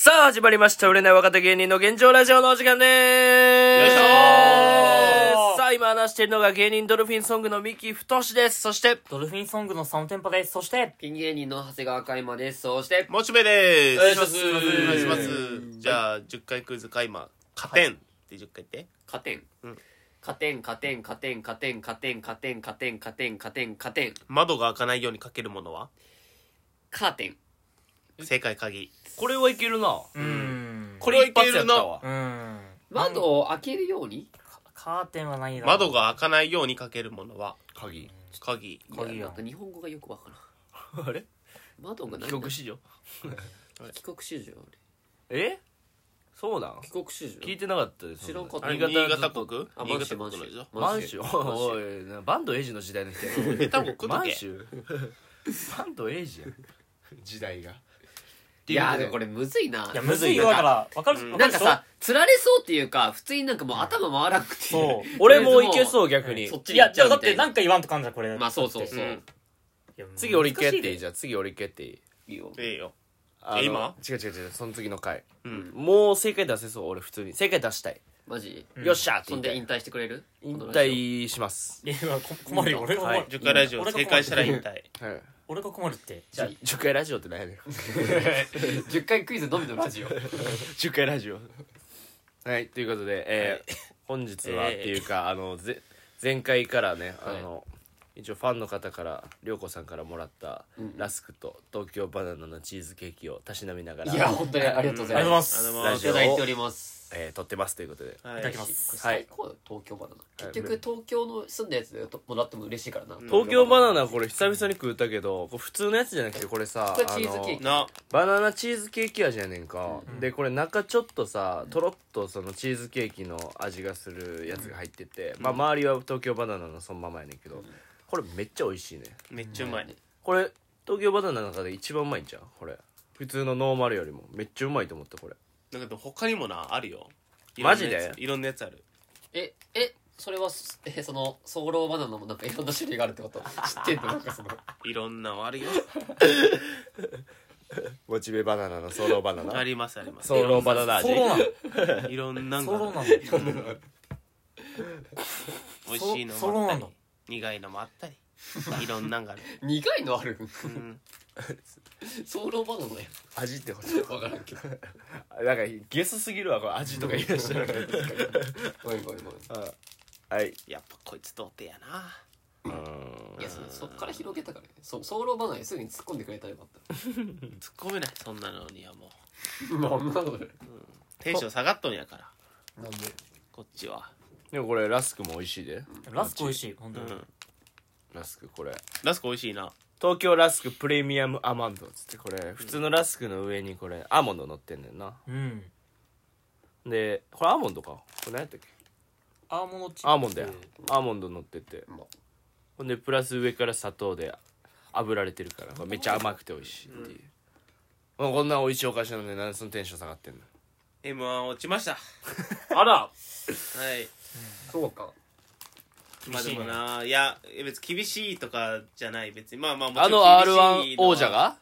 さあ始まりました売れない若手芸人の現状ラジオのお時間でーす。 よいしょー。 さあ今話しているのが芸人ドルフィンソングの三木太志です。そしてドルフィンソングのサムテンパです。そしてピン芸人の長谷川海馬です。そしてモチベです。 お願いしますお願いします。じゃあ10回クイズか今加点って10回言って。 加点、 うん、 加点加点加点加点加点加点加点加点加点加点窓が開かないようにかけるものはカーテン。 正解鍵。 これはいけるな。 これはいけるな。 窓を開けるようにカーテンはないだろう。 窓が開かないようにかけるものは鍵。 鍵。 いやなんか日本語がよくわからん。 あれ窓が何だ帰国子女帰国子女。 えそうなん帰国子女聞いてなかったです。 知らんかった。 あれ新潟国？ あ新潟国のでしょ。 満州おいバンドエイジの時代の人やえ多分食っとけ。 満州バンドエイジや時代が。 いやでもこれむずいな。 いやむずいよ。だからわかる。 なんかさつられそうっていうか普通になんかもう頭回らなくて。 そう俺もいけそう逆に。 そっちいやじゃあに行っちゃうみたいな。 だってなんか言わんとかんじゃんこれ。 まあそうそうそう。 いや次俺蹴っていい難しじゃあ次俺蹴っていい。 いいよ。 いいよ。 あの今違うその次の回。 うん。 もう正解出せそう俺普通に正解出したい。 マジ？ よっしゃーって言いたい。 そんで引退してくれる？ 引退します。 いや困るよ。俺が困る。 10回ラジオ正解したら引退。 はい。 俺が困るって。 じゃあ10回ラジオって何やねん。 10回クイズのみのラジオ。 10回ラジオ。はいということで、本日はっていうか前回からね一応ファンの方から涼子さんからもらったラスクと東京バナナのチーズケーキをたしなみながらいや本当にありがとうございま。 ありがとうございますす。 ありがとうございますラジオいただいております。 撮ってますということで。 はいいただきます。 これ最高だよ東京バナナ。結局東京の住んだやつでもらっても嬉しいからな。 東京バナナこれ久々に食ったけどこれ普通のやつじゃなくてこれさこれチーズケーキな。 バナナチーズケーキ味やねんか、でこれ中ちょっとさとろっとそのチーズケーキの味がするやつが入ってて、まあ周りは東京バナナのそのままやねんけど、これめっちゃ美味しいね。 めっちゃうまい。 これ東京バナナの中で一番うまいんちゃうこれ。普通のノーマルよりもめっちゃうまいと思ったこれ。 だけど他にもなあるよ。 マジでいろんなやつある。 それはそのソーローバナナもなんかいろんな種類があるってこと？知ってんのなんかその。 いろんなのあるよ。 モチベバナナのソーローバナナありますあります。 ソーローバナナ味。 ソロなの。 いろんなソロのがなの。 美味しいのソロなんだもあったり苦いのもあったりいろんなのがある。 苦いのある？ うんソーローバナナや。 味ってほしい。 わからんけど。 なんかゲスすぎるわこれ味とか言い出したら。 ごめんごめんごめん。 はい。 やっぱこいつ童貞やな。 いやそっから広げたからね。ソーローバナナにすぐに突っ込んでくれたらよかった。 突っ込めないそんなのにはもうなんなの？ テンション下がっとんやからなんで？ こっちは。 でもこれラスクも美味しいで。 ラスク美味しい本当に。 うんラスクこれラスク美味しいな。 東京ラスクプレミアムアマンドっつってこれ普通のラスクの上にこれアーモンド乗ってんねんな。 うん。 でこれアーモンドかこれ何やったっけ。 アーモンドチップ。 アーモンドや。アーモンド乗っててまあほんでプラス上から砂糖で炙られてるからこれめっちゃ甘くて美味しいっていう、こんな美味しいお菓子なのになんでそのテンション下がってんの。 M1 落ちました。はあらい。 そうか。 まあでもないや別に厳しいとかじゃない別にまあもちあのろん厳し R1 いのは王者が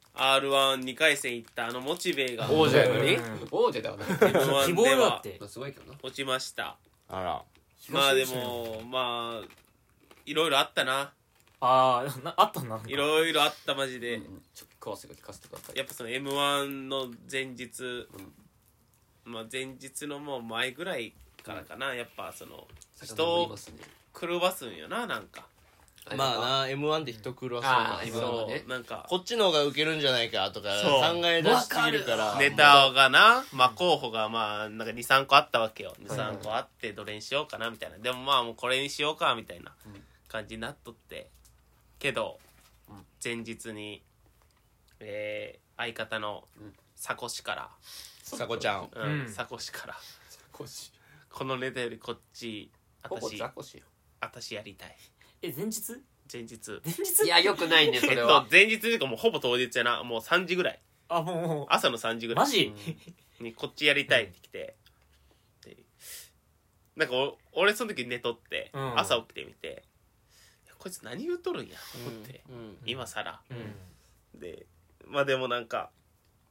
R12 回戦行ったモチベが王者やのに王者ではない。 M1 希望ではだって。 すごいけどな。 落ちました。 あらまあでもまあいろいろあったな。 あったな。 いろいろあったマジで。 ちょっと詳しく聞かせてください。 やっぱその M1 の前日、まあ前日のもう前ぐらいからかな、やっぱその人を狂わすんよな、なんかまあな M1 で人狂わあーせるそうだねなんかこっちの方がウケるんじゃないかとかそう考え出しているからネタがな、まあ候補がまあなんか 2,3 個あったわけよ。 2,3 個あってどれにしようかなみたいな。でもまあもうこれにしようかみたいな感じになっとってけど前日に相方のサコシからさこちゃんサコシからこのネタよりこっちほぼザコシよ。 私やりたい。 前日？ 前日いやよくないねそれは。 前日というかもうほぼ当日やな。もう3時ぐらいあもう朝の3時ぐらいマジ？ にこっちやりたいって来て、でなんか俺その時寝とって、朝起きてみてこいつ何言うとるんやと思って、今更、でまあでもなんか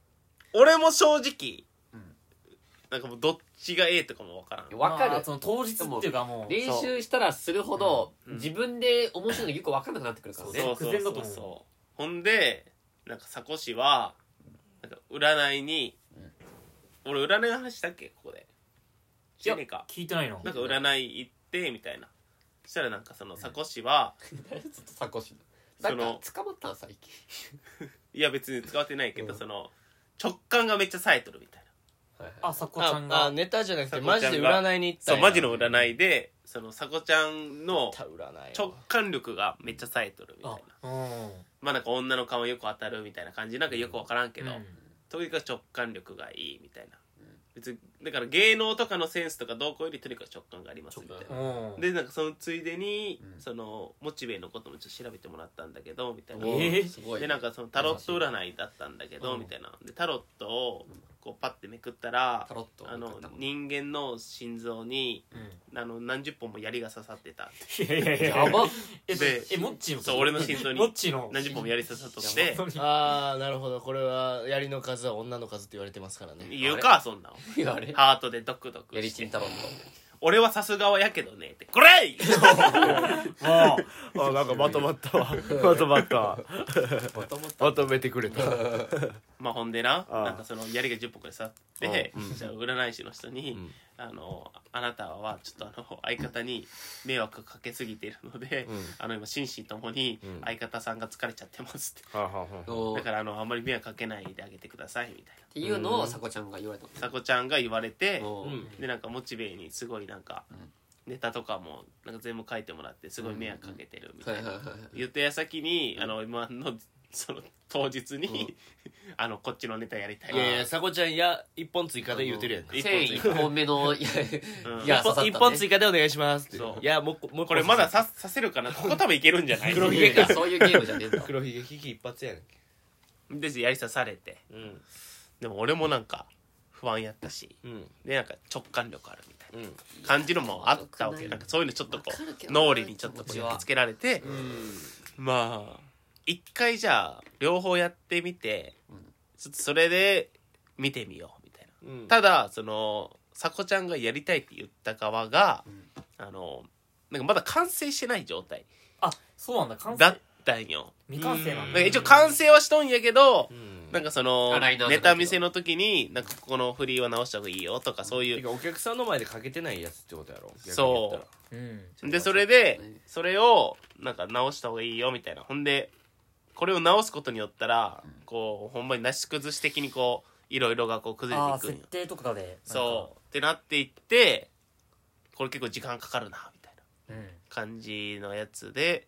俺も正直なんかもうどっちがええとかも分からん。 わかる。 その当日っていうかもう練習したらするほどうん自分で面白いのよく分かんなくなってくるからね。 そうそう直前だと思うそうそう。ほんでなんかサコシはなんか占いに、俺占いの話したっけここで。 いやしてねえか。 聞いてないのなんか占い行ってみたいな。そしたらなんかそのサコシはちょっとサコシなんか捕まったん最近。 いや別に使わってないけど、 うんその直感がめっちゃ冴えとるみたいな。 あさこちゃんがネタじゃなくてさこちゃんがマジで占いに行ったんやそうマジの占いでそのさこちゃんの占い直感力がめっちゃ冴えとるみたいな。 うんまあなんか女の顔よく当たるみたいな感じなんかよく分からんけど、 うんとにかく直感力がいいみたいな。別にだから芸能とかのセンスとかどうこうよりとにかく直感がありますみたいな。 うんでなんかそのついでに、 うんそのモチベのこともちょっと調べてもらったんだけどみたいな。 すごい。 でなんかそのタロット占いだったんだけど、 うんみたいな。でタロットをこうパッてめくったら、 タロットあの人間の心臓にうん何十本も槍が刺さってた。 いやいやいややばっ。 でモッチーのそう俺の心臓にモッチーの何十本も槍刺さっとってああなるほどこれは槍の数は女の数って言われてますからね言うかそんなんいやあれハートでドクドクやりしてちんタロッ俺はさすがはやけどねってこれいあなんかまとまったわまとまったわト。もともとまとめてくれたまあほんでなああなんかその槍が10本くらい刺さってうんじゃあ占い師の人に、 うんあなたはちょっと相方に迷惑かけすぎているので、 うん今心身ともにうん相方さんが疲れちゃってますって、 はあはあはあっだからあんまり迷惑かけないであげてくださいみたいていうのをさこちゃんが言われたの。 なさこちゃんが言われておーうんでなんかモチベにすごいなんかネタとかもなんか全部書いてもらってすごい迷惑かけてるみたいなはいはいはいはい。 言った矢先に今のその当日にこっちのネタやりたいいやいやさこちゃん一本追加で言うてるやんか一繊維1本目のいやうんいや刺さったね一本追加でお願いしますってそういやもうこれまださせるかなここ多分いけるんじゃない黒ひげいやそういうゲームじゃねえんだ。 黒ひげ危機一髪やんけでやり刺されてうんでも俺もなんか不安やったしうんでなんか直感力あるみたいなうん感じのもあったわけなんかそういうのちょっとこう脳裏にちょっとこうやっつけられてまあ一回じゃあ両方やってみてちょっとそれで見てみようみたいなうんただそのさこちゃんがやりたいって言った側がなんかまだ完成してない状態あそうなんだ完成だったんよ未完成なんだなんか一応完成はしとんやけどうんなんかその洗い直さないネタ見せの時になんかここの振りは直した方がいいよとかそういうてかお客さんの前でかけてないやつってことやろそううんでそれでそれをなんか直した方がいいよみたいなほんでこれを直すことによったらこうほんまになし崩し的にこういろいろがこう崩れああ設ていくんよ定とかでそうってなっていってこれ結構時間かかるなみたいなうん感じのやつで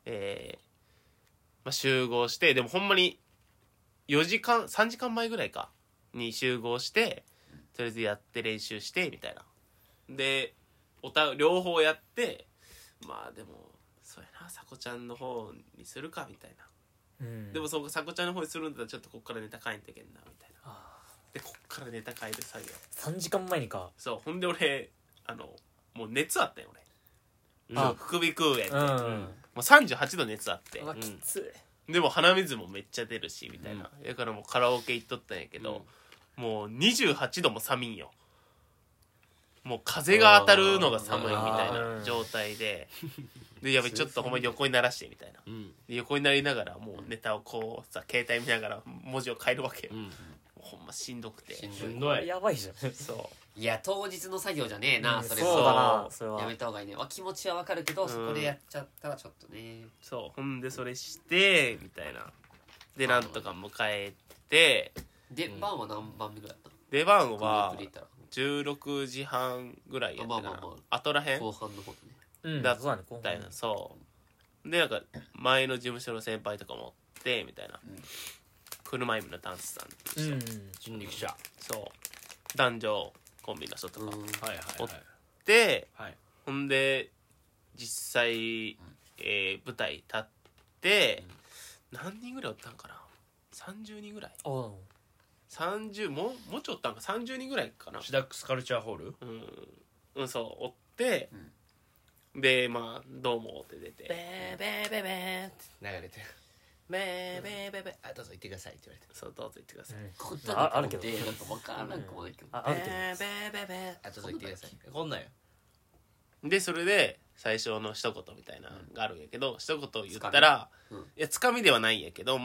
集合してでもほんまに4時間3時間前ぐらいかに集合してとりあえずやって練習してみたいなで両方やってまあでもそうやなさこちゃんの方にするかみたいなうんでもそうさこちゃんの方にするんだったらちょっとこっからネタ書いんといけんなみたいなあでこっからネタ書いて作業ー3時間前にかそうほんで俺もう熱あったよ俺あ副鼻腔炎で、 うんもう38度熱あってうわきつい。 でも鼻水もめっちゃ出るしみたいな、だからもうカラオケ行っとったんやけど、もう28度も寒いんよもう風が当たるのが寒いみたいな状態でやべちょっとほんまに横にならしてみたいなうんで横になりながらもうネタをこうさ携帯見ながら文字を変えるわけよ、 うんほんましんどくてしんしんどいやばいじゃんそいや当日の作業じゃねえな、 うんそれそうだなそれはやめた方がいいね。気持ちはわかるけど、そこでやっちゃったらちょっとね。 そうほんでそれしてみたいなでなんとか迎えてで、番は何番目ぐらいだっ出番たの？ はグループで言ったら 16時半ぐらいやったかなまあまあまあ後らへん後半の方ね。 うんだそうだね後半みたいなそうでなんか前の事務所の先輩とかもおってみたいな、車海老のダンスさんっていう人、 人力車そう男女コンビの人とか、 うんはいはいおっはいではいほんで実際、舞台立って、何人ぐらいおったんかな30人ぐらいあ 30もうちょいおったんか30人ぐらいかなシダックスカルチャーホールうんそうおって、でまあどうもって出てベーベーベーベーって流れてるベーベーベーベーどうぞ行ってくださいって言われてそうどうぞ言ってください、 こんなのあるけどなんか分からなくもないけどあるけどベーベーベーベーどうぞ行ってくださいこんなんよでそれで最初の一言みたいなのがあるんやけど、一言言ったら、いやつかみではないんやけど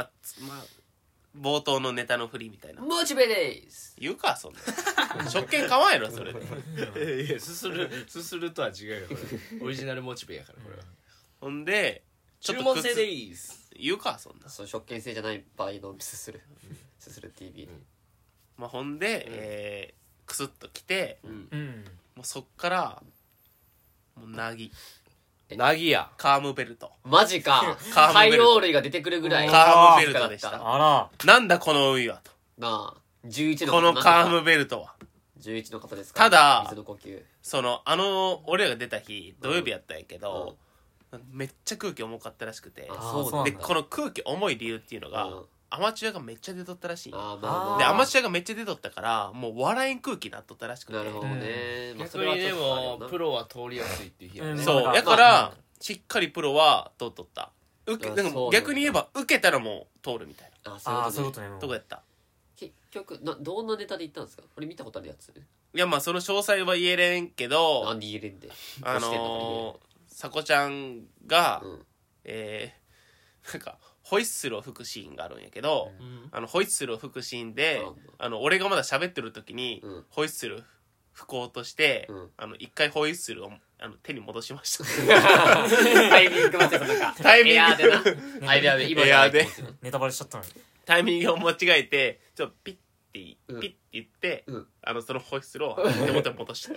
冒頭のネタの振りみたいなモチベです言うかそんな食券買わんやろそれでいやすするとは違うよこれオリジナルモチベやからこれはほんでちょ注っと文制でいいっす言うかそんな、 そう食券制じゃない場合のすする TV ほんで、クスッときて、 うんもうそっからもうなぎなぎやカームベルトマジかカームベルト海洋類が出てくるぐらいカームベルトでしたなあらなんだこの海はとあ11のこのカームムベルトは 11の方ですかただ水の呼吸俺らが出た日土曜日やったんやけど、めっちゃ空気重かったらしくてああそうなんだでこの空気重い理由っていうのが、 うんアマチュアがめっちゃ出とったらしいんよあーまあでまあアマチュアがめっちゃ出とったからもう笑えん空気になっとったらしくてなるほどねまあそれはち逆にでょっとあるよなもプロは通りやすいっていう日やねそうなんかやからしっかりプロは通っとったでもあそうなんだ逆に言えば受けたらもう通るみたいああそういうことねそういうことねなとこやった結局どんなネタで言ったんですかこれ見たことあるやついやまあその詳細は言えれんけどなんで言えれんでさこちゃんが、 うんなんかホイッスルを吹くシーンがあるんやけど、ホイッスルを吹くシーンで、俺がまだ喋ってる時に、ホイッスル吹こうとして、一回ホイッスルを手に戻しましたタイミング待ってたのかタイミングエアーでなエアーで今じゃないエアーでネタバレしちゃったのにタイミングを間違えてちょっとピッて言って、そのホイッスルを手元に戻した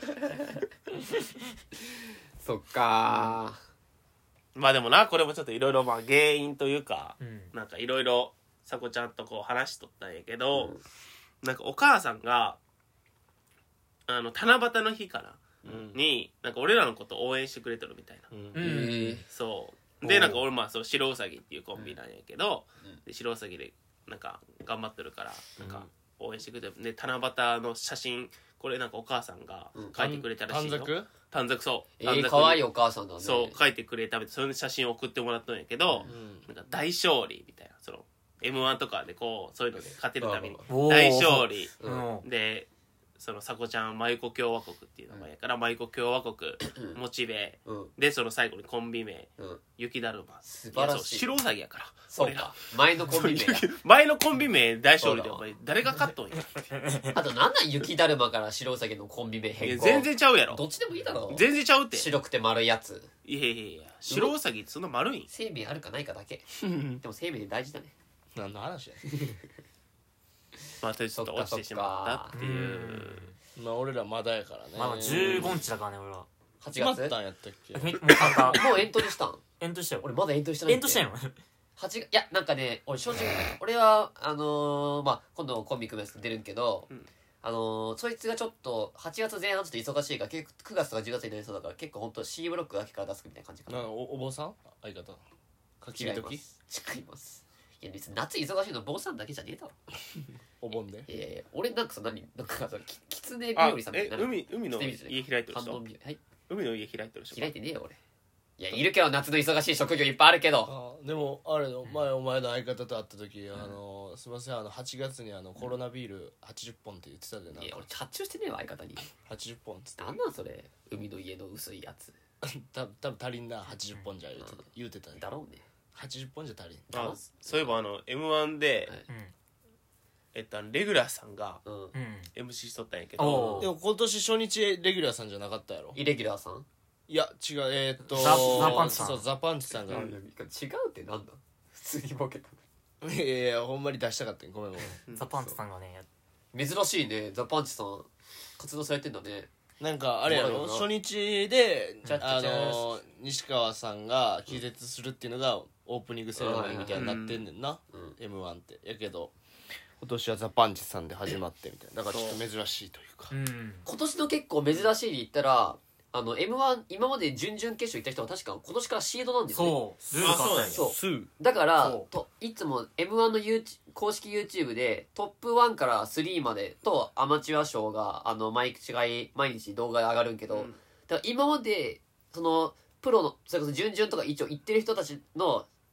そっかまあでもなこれもちょっといろいろ原因というか、 うんなんかいろいろさこちゃんとこう話しとったんやけど、なんかお母さんが七夕の日からに、なんか俺らのことを応援してくれてるみたいな、 えそうでなんか俺そう白うさぎっていうコンビなんやけど、で白うさぎでなんか頑張ってるからなんか応援してくれてるで七夕の写真これなんかお母さんが書いてくれたらしいよ、短冊そう短冊可愛いお母さんだねそう書いてくれたみたいなその写真を送ってもらったんやけど、なんか大勝利みたいなその M1 とかでこうそういうので勝てるためにおー大勝利うんでそのさこちゃん舞子共和国っていう名前やから舞子共和国モチベでその最後にコンビ名雪だるま素晴らしいやそう白うさぎやからそうか前のコンビ名だ前のコンビ名大勝利でそうだわお前誰が勝っとんやあとなんなん雪だるまから白うさぎのコンビ名い変更や全然ちゃうやろどっちでもいいだろ全然ちゃうって白くて丸いやついやいやいや白うさぎってそんな丸いん生命あるかないかだけでも生命大事だね何の話やまあちょっと落ちてしまったっていうまあ俺らまだやからねまあ15日だからね俺は 8 決まっ月たんやったっけもう簡単もうエントリーしたんエントしたよ俺まだエントリーしてないエントしたいのいやなんかね俺正直俺はまあ今度コンビ組むやつ出るんけど、そいつがちょっと8月前半ちょっと忙しいから結構9月とか10月になりそうだから結構ほんと C ブロックだけから出すみたいな感じかなお坊さん相方書き違いる時ます違いますいや別に夏忙しいの坊さんだけじゃねえだろお盆でいや俺なんかさなんかさきつね日あ和さんみたいな海の家開いてる反人応日和はい海の家開いてる人開いてねえよ俺いやいるけど夏の忙しい職業いっぱいあるけどでもあれの前お前の相方と会った時すいません8月にコロナビール80本って言ってたでないや俺発注してねえわ相方に 80本っつってなんなんそれ海の家の薄いやつ多分足りんな80本じゃ言うてたねだろうね 80本じゃ足りんあそういえばM1 で、レギュラーさんがうん MC しとったんやけおどでも今年初日レギュラーさんじゃなかったやろイレギュラーさんいや違うザパンチさんそうザパンチさんが違うってなんだ普通にボケたいやいやほんまに出したかったんごめんごめんザパンツさんがね珍しいねザパンチさん活動されてんだねなんかあれやろおもろいよな初日でチャッチャチャ西川さんが気絶するっていうのがオープニングセレモニーみたいになってんねんな M1 ってやけど今年はザパンチさんで始まってみたいなだからちょっと珍しいというかうん今年の結構珍しいに言ったらM1 今まで準々決勝行った人は確か今年からシードなんですよねそうルール変わったんやそうスーだからそういつも M1 の公式 YouTube でトップ1から3までとアマチュア賞が毎日動画で上がるんけど、だから今までそのプロのそれこそ準々とか一応行ってる人たちの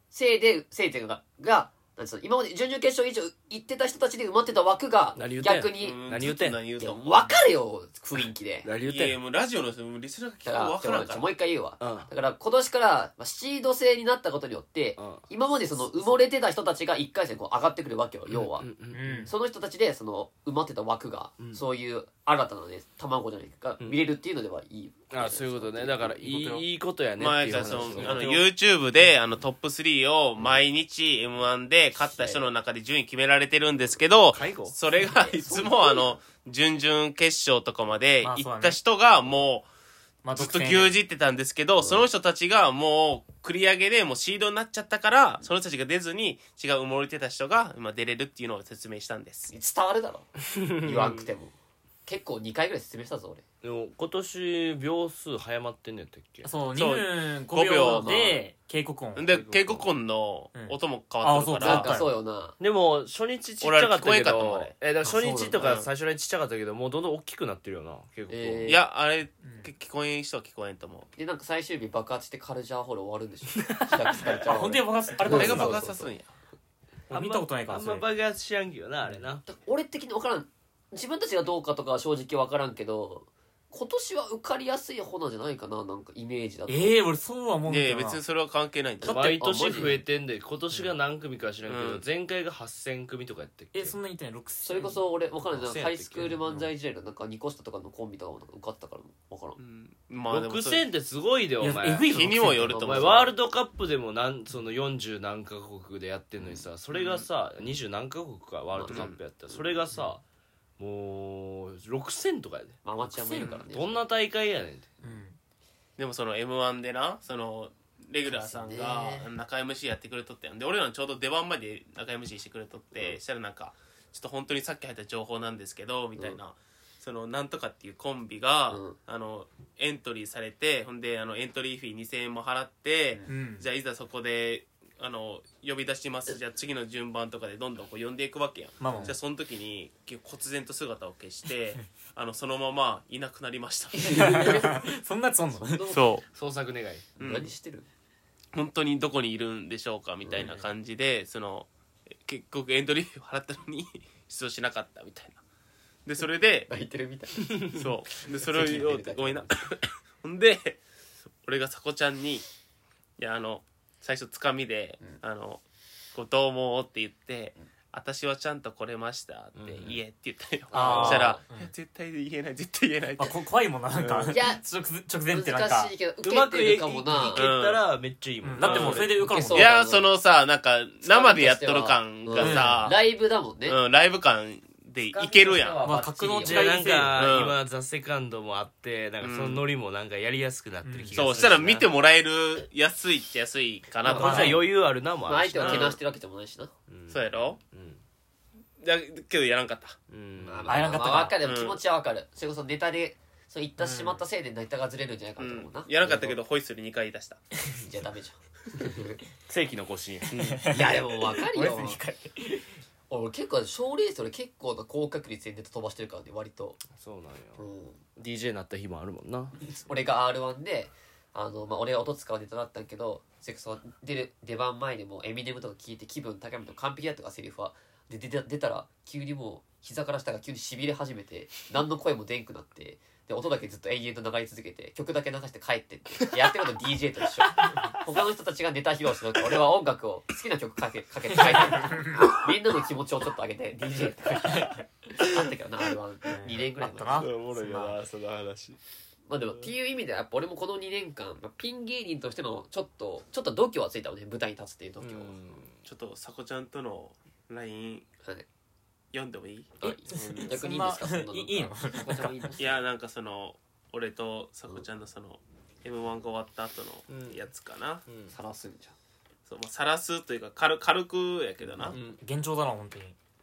せいっていうのがなんつうの今まで準々決勝以上行ってた人たちで埋まってた枠が何言うてん逆に何言うてん何言ういやと思う分かれよ雰囲気で何言ういやいてんやもうラジオの人もリスナーが聞くだからか分からんからもう一回言うわ、 うんだから今年からまあシード制になったことによって、 うん今までその埋もれてた人たちが1回戦こう上がってくるわけよ、要は、 うんうんその人たちでその埋まってた枠が、 うんそういう新たなね卵じゃないか見れるっていうのではいい、 あそういうことねだからいいことやねっていう話前じゃあをね YouTube でトップ3を毎日 M1 で勝った人の中で順位決められてるんですけど介護それがいつも準々決勝とかまでまあそうだね行った人がもまあうずっと牛耳ってたんですけどその人たちがもう繰り上げでもうシードになっちゃったからその人たちが出ずに違う埋もれてた人が今出れるっていうのを説明したんです伝わるだろ言わんくても結構2回ぐらい説明したぞ俺でも今年秒数早まってんねやったっけそうそう 2分5秒で警告音で警告音の音も変わってるからうんあそうなんかそうよなでも初日ちっちゃかったけ俺あれ聞こえんかったもんあどれだから初日とかあそうなんだ最初にちっちゃかったけどもうどんどん大きくなってるよな結構えいやあれ聞こえん人は聞こえんと思うでなんか最終日爆発してカルチャーホール終わるんでしょ開くカルチャーホールあ本当に爆発あれあれが爆爆発発さすんや俺見たことないからあんま爆発しやんけどなあれな俺的に分からん自分たちがどうかとかは正直分からんけど今年は受かりやすい方なんじゃないかななんかイメージだと俺そうは思うんだよないやいや別にそれは関係ないんだよだって毎年増えてんで今年が何組か知らんけど、 うん前回が8000組とかやったっけそんなに言ってない6 それこそ俺分からんない 6000 ハイスクール漫才時代のなんかニコスタとかのコンビとかもなんか受かったから分からんうんまあでもそれ 6000ってすごいでお前えぐいよ日にもよると思うお前ワールドカップでもその40何カ国でやってんのにさそれがさ20何カ国かワールドカップやったらそれがさもう6000とかやでアマチュアもいるからねどんな大会やねんってうんでもその M1 でなそのレギュラーさんが中 MC やってくれとったやんで俺らのちょうど出番まで中 MC してくれとってしたらなんかちょっと本当にさっき入った情報なんですけどみたいなそのなんとかっていうコンビがエントリーされてほんでエントリーフィー2000円も払ってうんじゃあいざそこで呼び出しますじゃあ次の順番とかでどんどんこう呼んでいくわけやんまあまあじゃあその時に忽然と姿を消してそのままいなくなりましたそんなやつおんのそう創作願いうん何してる本当にどこにいるんでしょうかみたいな感じでその結局エントリー費を払ったのに出場しなかったみたいなでそれで泣いてるみたいそうでそれをごめんなほんで俺がさこちゃんにいや最初つかみでこうどうもって言って私はちゃんと来れましたって言えって言ったよ、 あーそしたら、 うんいや絶対言えない絶対言えないって怖いもんななんかいや直前ってなんか難しいけど受うまくいけけてるかもなたらめっちゃいいもん、 だってもうそれで受かるもんそういやそのさなんか生でやっとる感がさ、 ライブだもんねライブ感でいけるやんまあ格のじゃあなんか、 うん今ザ・セカンドもあってなんかそのノリもなんかやりやすくなってる気がするそうしたら見てもらえる安いっちゃ安いかなとこっちは思って余裕あるなもまあ相手あるしなをけなしてるわけでもないしなうんそうやろうんだけどやらんかったうんまああやらんかったか分かるでも気持ちは分かるそれこそネタでそう言ったしまったせいでネタがずれるんじゃないかなと思うなやらんかったけどホイッスル2回出したじゃあダメじ世紀の更新やゃんいやでも分かるよ俺に回俺結構賞レース俺結構な高確率でネタ飛ばしてるからね割とそうなんようん DJ になった日もあるもんな俺が R1 でまあ、俺が音使うネタだったんけどそれこそ出番前でもエミネムとか聞いて気分高めて完璧だったからセリフはで出たら急にもう膝から下が急にしびれ始めて何の声も出んくなってで音だけずっと延々と流れ続けて曲だけ流して帰ってってやってること DJ と一緒他の人たちがネタ披露してるから俺は音楽を好きな曲かけて帰ってみんなの気持ちをちょっと上げて DJ ってあったけどな R12 年ぐらい前あったなおもろいよなその話まあでもっていう意味ではやっぱ俺もこの2年間、まあ、ピン芸人としてのちょっと度胸はついたもんね舞台に立つっていう度胸は、 ちょっとさこちゃんとの LINE はい読んでもいい逆にいいんですかそんなのいいのここちゃんもいいのいやなんかその俺とさこちゃんのその M1 が終わった後のやつかな、 晒すんじゃんそうまあ晒すというか軽くやけどな、 幻聴だな本当に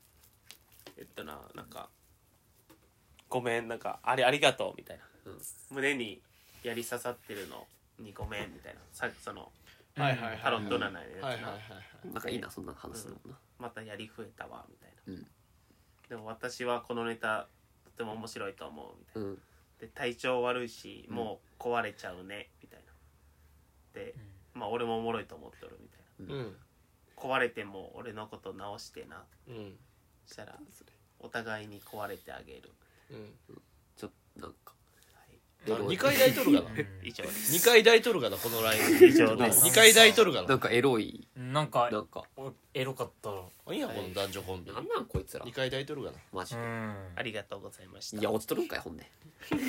なんかごめんなんかありがとうみたいな、 うん胸にやり刺さってるのにごめんみたいなさそのはいはいはいタロット7のやつな、 はいはいはいなんかいいなそんな話すのもな、 またやり増えたわみたいな、 うんでも私はこのネタとても面白いと思うみたいな、 うんで体調悪いしもう壊れちゃうねみたいなで、まあ俺もおもろいと思ってるみたいなうん壊れても俺のこと直してな。 うんそしたらお互いに壊れてあげる。 ちょっとなんか 2回抱いとるかな以上です。 2回抱いとるかなこのライン以上です 2回抱いとるかなんなかエロいなんかなんかエロかったいいやこの男女コンビなんなんこいつら 2回抱いとるかなマジでうんありがとうございました。 いや落ちとるんかいほんで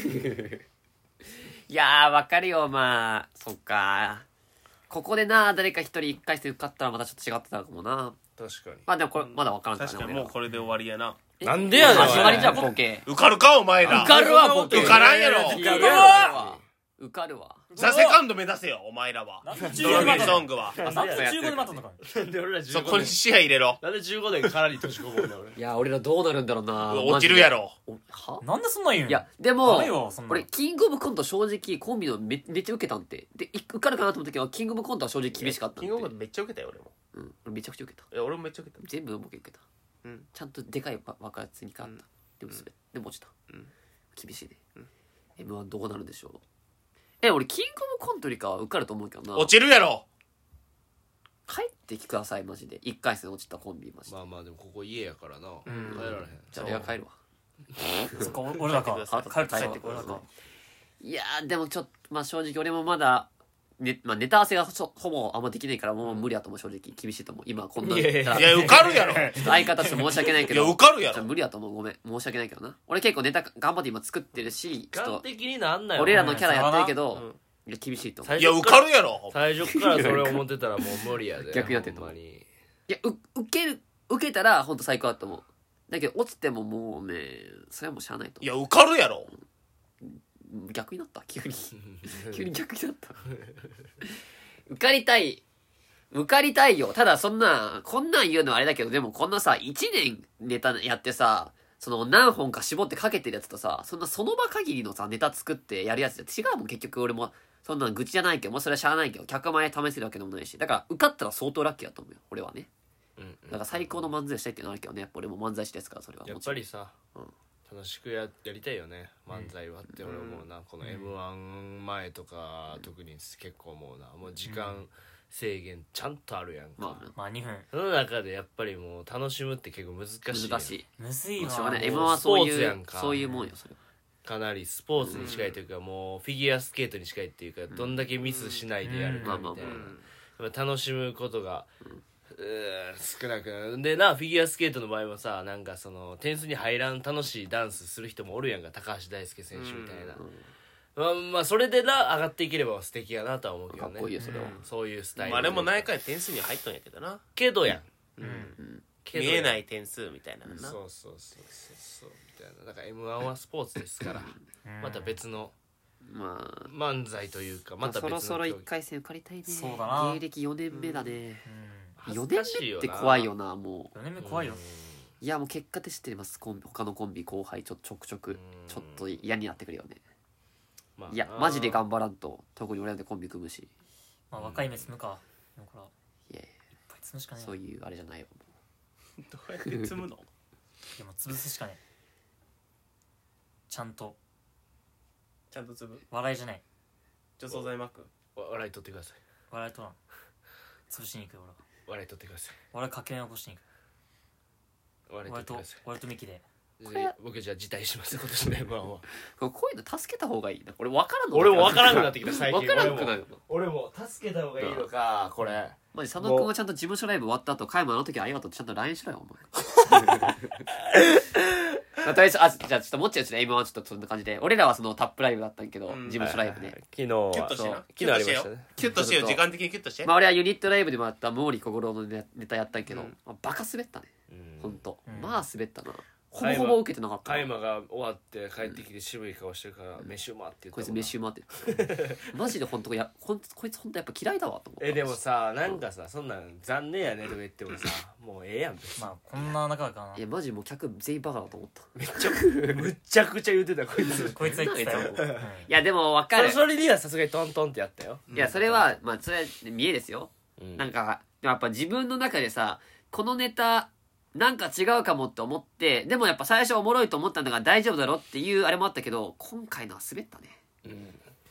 いやーわかるよまあそっかここでな誰か一人一回戦受かったらまたちょっと違ってたかもな確かにまあでもこれまだわからんからね確かにもうこれで終わりやな。 なんでやねん始まりじゃんおいボケ受かるかお前ら。 受かるわボケ受からんやろ受かる受かるわ受かるわザ・セカンド目指せよお前らは。 なんでドラミーソングは。 なんで15で待ったのかなんで俺らそ 15年こに視野入れろ。 なんで15年かなり年込むんだ俺いや俺らどうなるんだろうな落ちるやろ。 マジではなんでそんなん言うんいやでもダメよそんな俺キングオブコント正直コンビのめっちゃ受けたんてで受かるかなと思ったけどキングオブコントは正直厳しかったんでキングオブコントめっちゃ受けたよ俺も。 うん俺めちゃくちゃ受けたいや俺もめっちゃ受けた。 全部ボケ受けたうんちゃんとでかい爆発に勝ったでもでも落ちたうん厳しいね M1 どうなるんでしょう俺キングオブコントよりかは受かると思うけどな落ちるやろ。 帰ってきてくださいマジで1回戦落ちたコンビマジでまあまあでもここ家やからなん帰られへんじゃあ俺が帰るわそっか俺らか帰ってください帰ると帰ってください俺らかいやーでもちょっとまあ正直俺もまだまあ、ネタ合わせがほぼあんまできないからもう無理だと思う正直厳しいと思う今こんないやいやいや受かるやろ。 相方として申し訳ないけどいや受かるやろちょっと無理だと思うごめん申し訳ないけどな俺結構ネタ頑張って今作ってるしちょっと完璧になんなよ俺らのキャラやってるけど、 うんいや厳しいと思う最いや受かるやろ。 最初からそれ思ってたらもう無理やで逆になってんのほんまにいや受けたら本当最高だと思うだけど落ちてももうねそれはもうしゃあないと思いや受かるやろ。 う逆になった急に急に逆になった受かりたいよただこんなん言うのはあれだけどでもこんなさ1年ネタやってさその何本か絞ってかけてるやつとさその場限りのさネタ作ってやるやつって違うもん結局俺もそんなん愚痴じゃないけどもうそれはしゃあないけど100万円試せるわけでもないしだから受かったら相当ラッキーだと思うよ俺はねだから最高の漫才したいっていうのはあるけどねやっぱ俺も漫才師ですからそれはやっもちろんぱりさ楽しくやりたいよね漫才はって俺思うなこの M1 前とか特に結構思うなもう時間制限ちゃんとあるやんかまあまあ2分その中でやっぱりもう楽しむって結構難しいやん難しいむずいわしょうがないもう M1 はそうスポーツいうやんかそういうもんよそれはかなりスポーツに近いというかもうフィギュアスケートに近いっていうかどんだけミスしないでやるかみたいなやっぱ楽しむことが少なくなるでなフィギュアスケートの場合もさなんかその点数に入らん楽しいダンスする人もおるやんか高橋大輔選手みたいなまあそれでな上がっていければ素敵やなとは思うけどねかっこいいよそれはそういうスタイルまああれも何回点数に入っとんやけどな。 けどやんけどやん見えない点数みたいなのな。 そうみたいなだから M1 はスポーツですからまた別のまあ漫才というかまた別のそろそろ競技 1回戦受かりたいねそうだな芸歴4年目だね恥 4 ず年かしいよな目って怖いよなもう 4年目怖いよいやもう結果で知ってます他のコンビ後輩ちょくちょくちょっと嫌になってくるよねまあいやマジで頑張らんと特に俺なんてコンビ組むしまあ若い目積むかだからいやいいっぱい積むしかねやそういうあれじゃないよどうやって積むの？ いやもう潰すしかねちゃんとちゃんと積む。 笑いじゃない除草剤巻く。 笑い取ってください笑いとらん潰しに行くよ俺は笑い取ってください笑いかけ起こしに行く笑い取俺とってください俺とミキでで僕じゃあ辞退します今年の M1 はこういうの助けた方がいいな俺分からんの俺も分からんくなってきた最近分からんくなる俺も助けた方がいいのかこれマジ佐野君はちゃんと事務所ライブ終わった後加山あの時ありがとうってちゃんと LINE しろよお前とりあえずじゃあちょっともっちゃうちね M1 はちょっとそんな感じで俺らはそのタップライブだったんけど、 うん事務所ライブで、 昨日キュッはとしてな。 昨日ありましたねキュッとしてよ。時間的にキュッとして。 まあ俺はユニットライブでもあった毛利小五郎のネタやったんけど、まあバカ滑ったねほんと、まあ滑ったなほぼほぼ受けてなかったなカイマが終わって帰ってきて渋い顔してるから飯うまって言こいつったもんな飯うまってマジでほんとこいつほんとやっぱ嫌いだわと思うでもさなんかさそんなん残念やねとか言ってもさもうええやん別にまあこんな仲だからないやマジもう客全員バカだと思ったむっちゃくちゃ言ってたこいつこいつは言ってたよいやでも分かるそれにはさすがにトントンってやったよいやそれはまあそれは見えですよ、 うんなんかでもやっぱ自分の中でさこのネタなんか違うかもって思ってでもやっぱ最初おもろいと思ったんだから大丈夫だろっていうあれもあったけど今回のは滑ったね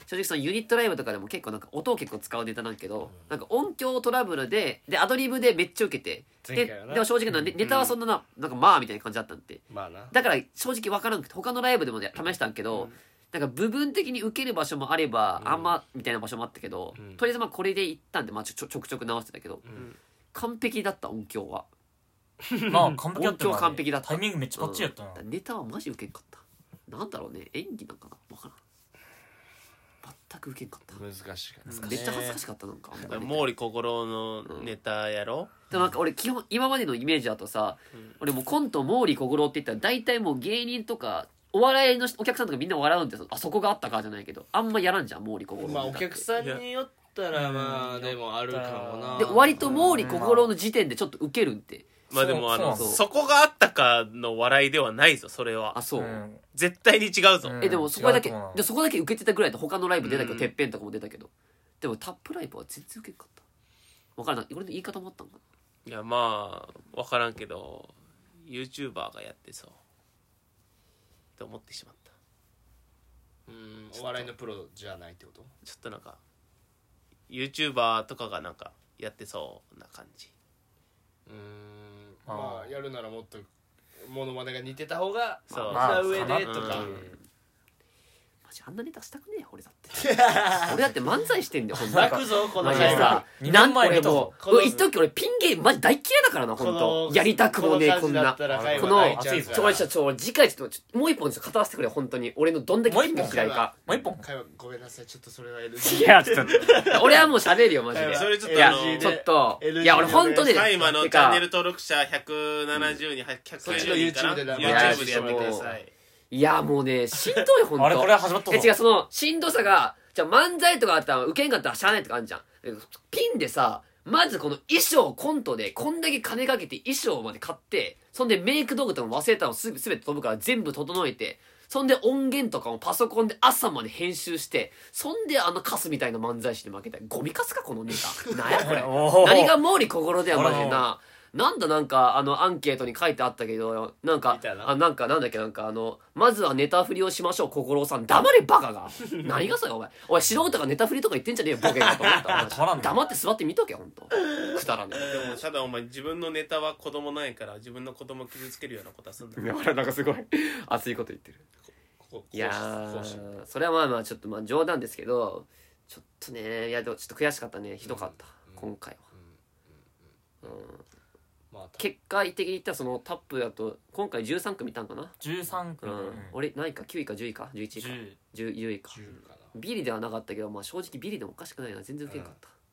正直そのユニットライブとかでも結構なんか音を結構使うネタなんだけど、なんか音響トラブルでアドリブでめっちゃ受けて、でも正直なネタはそんななんかまあみたいな感じだったんで、 まあなだから正直分からんくて他のライブでもね試したんけど、なんか部分的に受ける場所もあれば、あんまみたいな場所もあったけど、とりあえずまあこれで行ったんで、まあ、ちょくちょく直してたけど、完璧だった音響は。 まあ完璧だったよ音響は完璧だった。 タイミングめっちゃバッチリやったな、 ネタはマジ受けんかった。なんだろうね、演技なんかな分からん。全く受けんかった。 難しかった、 めっちゃ恥ずかしかった。なんか毛利小五郎のネタやろ、 でもなんか俺基本今までのイメージだとさ、俺もうコント毛利小五郎って言ったら大体もう芸人とかお笑いのお客さんとかみんな笑うんですよ。あそこがあったからじゃないけど、あんまやらんじゃん毛利小五郎。 まあお客さんによったらまあでもあるかもな。 で割と毛利小五郎の時点でちょっとウケるんで。 まあでもそうそこがあったかの笑いではないぞそれは。 あそう、 絶対に違うぞ、 でもそこだけ違うと思うなでそこだけ受けてたぐらいで他のライブ出たけど、てっぺんとかも出たけど、でもタップライブは全然受けんかった。分からない、俺の言い方もあったんかな。 いやまあ分からんけど YouTuber がやってそうって思ってしまった。 お笑いのプロじゃないってこと？ ちょっとなんか YouTuber とかがなんかやってそうな感じ。 まあやるならもっとモノマネが似てた方がそうまあ上でとか、 マジあんなネタしたくねえよ俺だって俺だって漫才してんだよほんと泣くぞこのマジでさ 2 なん年前俺もこのう一時俺ピン芸マジ大嫌いだからなほんとやりたくもねえこんなこの次回ちょっともう一本語らせてくれ本当に俺のどんだけピンが嫌いか。 もう一本会話ごめんなさいちょっとそれは NG。 いやちょっと俺はもう喋るよマジで。 はいそれちょっといや NG ちょっと NG いや俺本当ねタイマーのてかチャンネル登録者170人そっちの 190人かな YouTube で YouTube でやってください。 いやもうねしんどいほんとあれこれ始まったぞ違うそのしんどさがじゃあ漫才とかあったら受けんかったらしゃあないとかあるじゃん。ピンでさまずこの衣装コントでこんだけ金かけて衣装まで買ってそんでメイク道具とかも忘れたのすべて飛ぶから全部整えてそんで音源とかもパソコンで朝まで編集してそんでカスみたいな漫才師に負けたゴミカスかこのネタなんやこれ何が毛利小五郎だよマジでな。なんだなんかアンケートに書いてあったけどなんかなんだっけまずはネタ振りをしましょう小五郎さん黙れバカが何がそれお前素人がネタ振りとか言ってんじゃねえよボケがと思った黙って座って見とけほんとくだらねえ。 でもただお前自分のネタは子供ないから自分の子供を傷つけるようなことはすんだよ。 俺なんかすごい熱いこと言ってる。いやーそれはまあまあちょっとまあ冗談ですけどちょっとねいやでもちょっと悔しかったねひどかった今回は。結果的に言ったらそのタップだと今回13組いたんかな。 13組、 俺何位か9位か10位か11位か10位かビリではなかったけど、まあ、正直ビリでもおかしくないな。全然受けんかった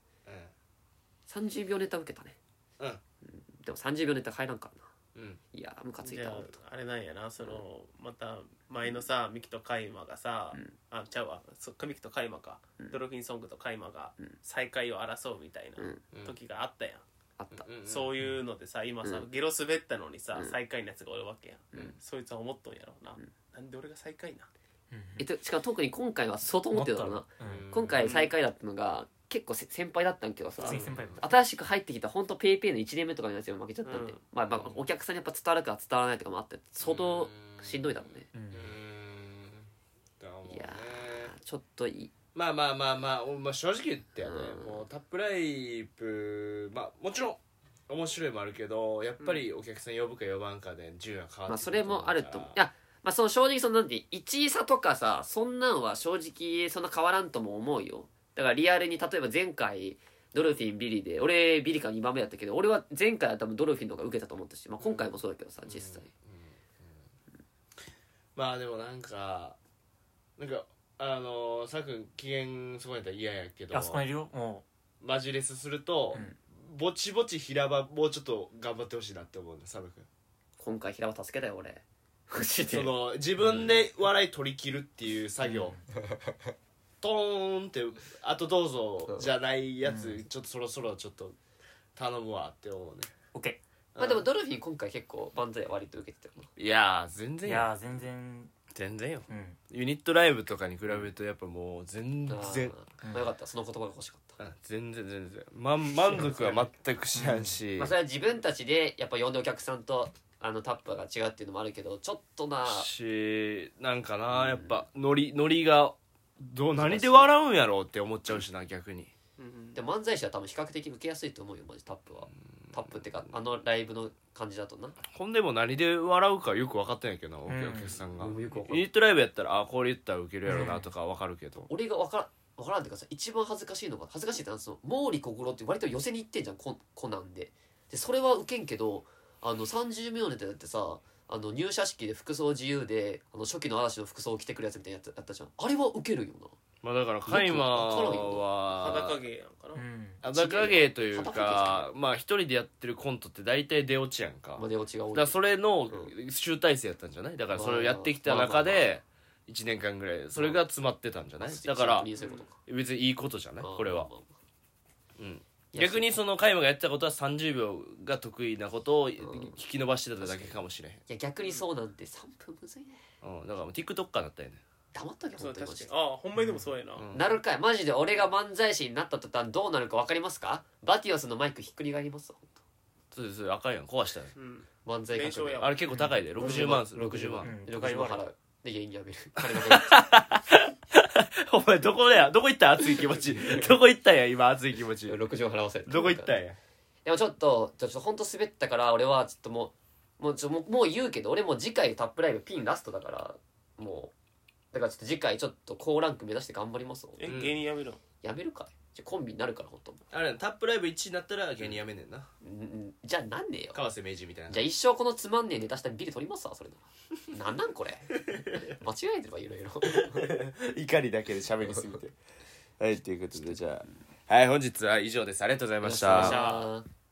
、30秒ネタ受けたね、でも30秒ネタ入らんからな、いやムカついた。 あれなんやなまた前のさミキとカイマがさ、あちゃうわミキとカイマか、ドルフィンソングとカイマが再会を争うみたいな時があったやん。 あった、 そういうのでさ今さ、ゲロ滑ったのにさ、最下位のやつがおるわけやん、そいつは思っとんやろうな、なんで俺が最下位な、 しかも特に今回は相当思ってただろうな、今回最下位だったのが結構先輩だったんけどさ、新しく入ってきた本当ペイペイの1年目とかのやつに負けちゃったんで、まあお客さんにやっぱ伝わるか伝わらないとかもあって相当しんどいだろうね。いやちょっとまあ正直言ってやね、もうタップライブもちろん面白いもあるけどやっぱりお客さん呼ぶか呼ばんかで順位は変わってくる。 まあそれもあると思う。いやまあその正直なんて1位差とかさそんなんは正直そんな変わらんとも思うよ。だからリアルに例えば前回ドルフィンビリで俺ビリから2番目だったけど俺は前回は多分ドルフィンの方が受けたと思ったし、まあ、今回もそうだけどさ実際、 まあでもなんかさくん機嫌損ねたら嫌やけどあそこにいるよもマジレスすると、ぼちぼち平場もうちょっと頑張ってほしいなって思うねサブくん。 今回平場助けたよ俺その自分で笑い取り切るっていう作業、トーンってあとどうぞじゃないやつ、ちょっとそろそろちょっと頼むわって思うね。 う OK。 まあでもドルフィン今回結構万歳割と受けてたよな。 いやー全然よいや全然全然よ、ユニットライブとかに比べるとやっぱもう全然、 まあよかったその言葉が欲しかった。 全然満足は全くしないし、 まあそれは自分たちでやっぱ呼んでお客さんとタップが違うっていうのもあるけどちょっとなしなんかなやっぱノリが何で笑うんやろうって思っちゃうしな逆に。 で漫才師は多分比較的受けやすいと思うよマジタップは。タップってかライブの感じだとな。 ほんでも何で笑うかよく分かってないけどな、お客さんが。 よくわかるユニットライブやったらこれ言ったらウケるやろなとか分かるけど、 俺が分からんっていうかさ、一番恥ずかしいのが、恥ずかしいってその毛利小五郎って割と寄せに行ってんじゃん、コナンで。それはウケんけど、30秒ネタだってさ、入社式で服装自由で初期の嵐の服装を着てくるやつみたいなやつやったじゃん。あれはウケるよな。 まあだからカイマは裸芸やんかな、 裸芸というか、まあ一人でやってるコントって大体出落ちやんか。 出落ちが多い。 だからそれの集大成やったんじゃない？だからそれをやってきた中で1年間ぐらいそれが詰まってたんじゃない？だから別にいいことじゃないこれは。逆にそのカイマがやってたことは30秒が得意なことを引き伸ばしてただけかもしれへん。 いや逆にそうなんて3分むずいね。 だからもう TikToker になったよね。 黙っとけそう本当にマジで。 ほんまにでもそうやな、 なるかいマジで。俺が漫才師になった途端どうなるか分かりますか？バティオスのマイクひっくり返りますわそうです、あかんやん、壊したよ。 漫才革命弁償やあれ結構高いで60万です 60万うん 60万払うで芸人辞める金なくなっちゃお前どこ行った熱い気持ちどこ行ったんや今熱い気持ちう60万払わせる。 どこ行ったんや。 でもちょっと本当滑ったから俺はちょっともう言うけど俺もう次回タップライブピンラストだからもうだからちょっと次回ちょっと高ランク目指して頑張りますもん。 芸人辞めるの？ やめるかいコンビになるから本当あれタップライブ1位になったら芸人やめんねんな。 じゃあなんねえよ。 川瀬名人みたいな。 じゃあ一生このつまんねえネタしたらビリ取りますわそれならなんなんこれ間違えてるわいろいろ怒りだけで喋りすぎてはいということでじゃあはい本日は以上です。ありがとうございました。 ありがとうございました。